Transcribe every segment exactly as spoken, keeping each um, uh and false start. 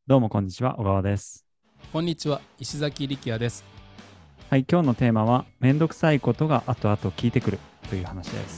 どうもこんにちは、小川です。 こんにちは、石崎力也です。 はい、今日のテーマは、めんどくさいことが後々聞いてくるという話です。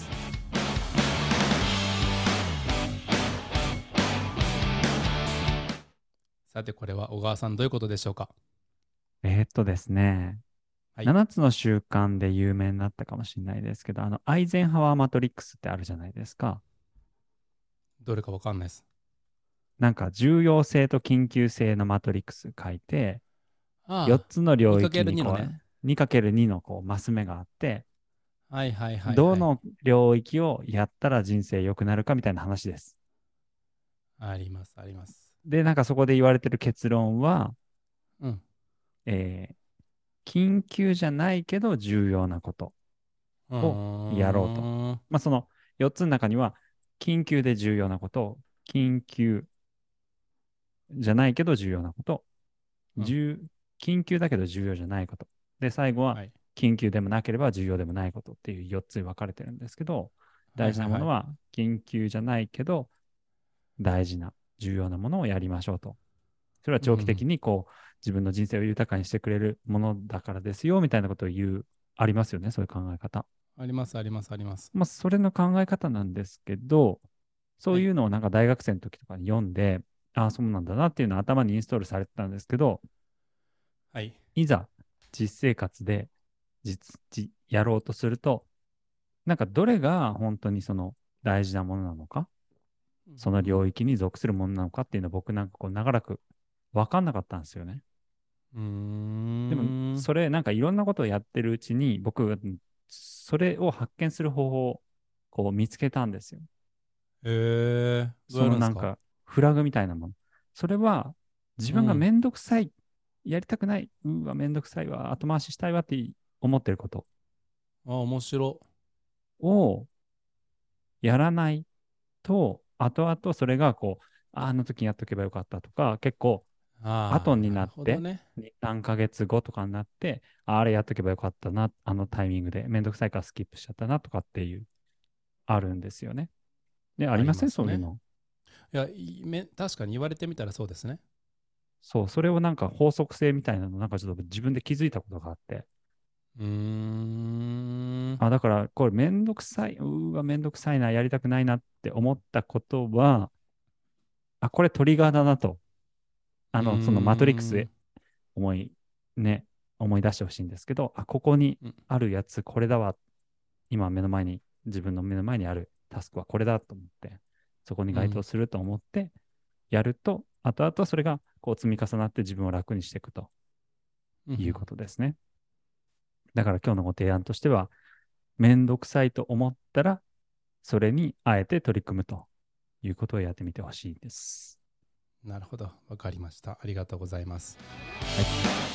さて、これは小川さん、どういうことでしょうか？ えーっとですね、 はい。 ななつの習慣で有名になったかもしれないですけど、あの、アイゼンハワーマトリックスってあるじゃないですか。 どれかわかんないです。 なんか、重要性と緊急性のマトリックス書いて、4 ああ、 つの領域ににかけるに のこね。 う、にかけるに のこうマス目があって、 はいはいはいはい。 どの領域をやったら人生良くなるかみたいな話です。 あります、あります。 で、なんかそこで言われてる結論は、 うん。 えー緊急じゃないけど重要なことうーをやろうと。 ん。 まあ、そのよっつの中には、緊急で重要なこと、緊急じゃないけど重要なこと、 うん。 重緊急だけど重要じゃないこと。で、最後は、 はい。 緊急でもなければ重要でもないことっていうよっつに分かれてるんですけど、大事はいはいはい。 なものは緊急じゃないけど大事な、重要なものをやりましょうと。それは長期的うん。 にこう自分の人生を豊かにしてくれるものだからですよみたいなことを言う、ありますよね、そういう考え方。 あります、あります、あります。 まあ、それの考え方なんですけど、そはい。 ういうのをなんか大学生の時とかに読んで、ああ、そうなんだなっていうのを頭にインストールされてたんですけど、 はい。 いざ実生活で実、じやろうとすると、なんかどれが本当にその大事なものなのか、 うんその領域に属するものなのかっていうのを僕なんかこう長らく分かんなかったんですよね。 うん。 でも、 うーん。 それなんかいろんなことをやってるうちに、僕、それを発見する方法をこう見つけたんですよ。 えー、どうそやるんですか？ のなんか、フラグみたいなもの。それは、自うん。 分がめんどくさい、やりたくない、うわ、めんどくさいわ、後回ししたいわって思ってることあ、面白。 をやらないと、後々それがこう、ああの時にやっとけばよかったとか、結構、後ああ、 になるなって、 ほどね。 に、さんかげつごとかになって、ああれやっとけばよかったな、あのタイミングで、めんどくさいからスキップしちゃったなとかっていう、あるんですよね。で、あありりませますね。 んそういうの。 いや、いめ、確かに言われてみたらそうですね。 そう、それをなんか法則性みたいなの、なんかちょっと自分で気づいたことがあって、 うーん。 あ、だから、これめんどくさい、うーわ、めんどくさいな、やりたくないなって思ったことは、あ、これトリガーだなと、 うあの、そのマトリックスーん。 で思い、ね、思い出してほしいんですけど、あ、ここにうん。 あるやつ、これだわ、今目の前に、自分の目の前にあるタスクはこれだと思って、そこに該当うん。 すると思ってやると、後々それがこう積み重なって自分を楽にしていくといううん。 ことですね。だから今日のご提案としては、めんどくさいと思ったら、それにあえて取り組むということをやってみてほしいです。 なるほど。わかりました。ありがとうございます。 はい。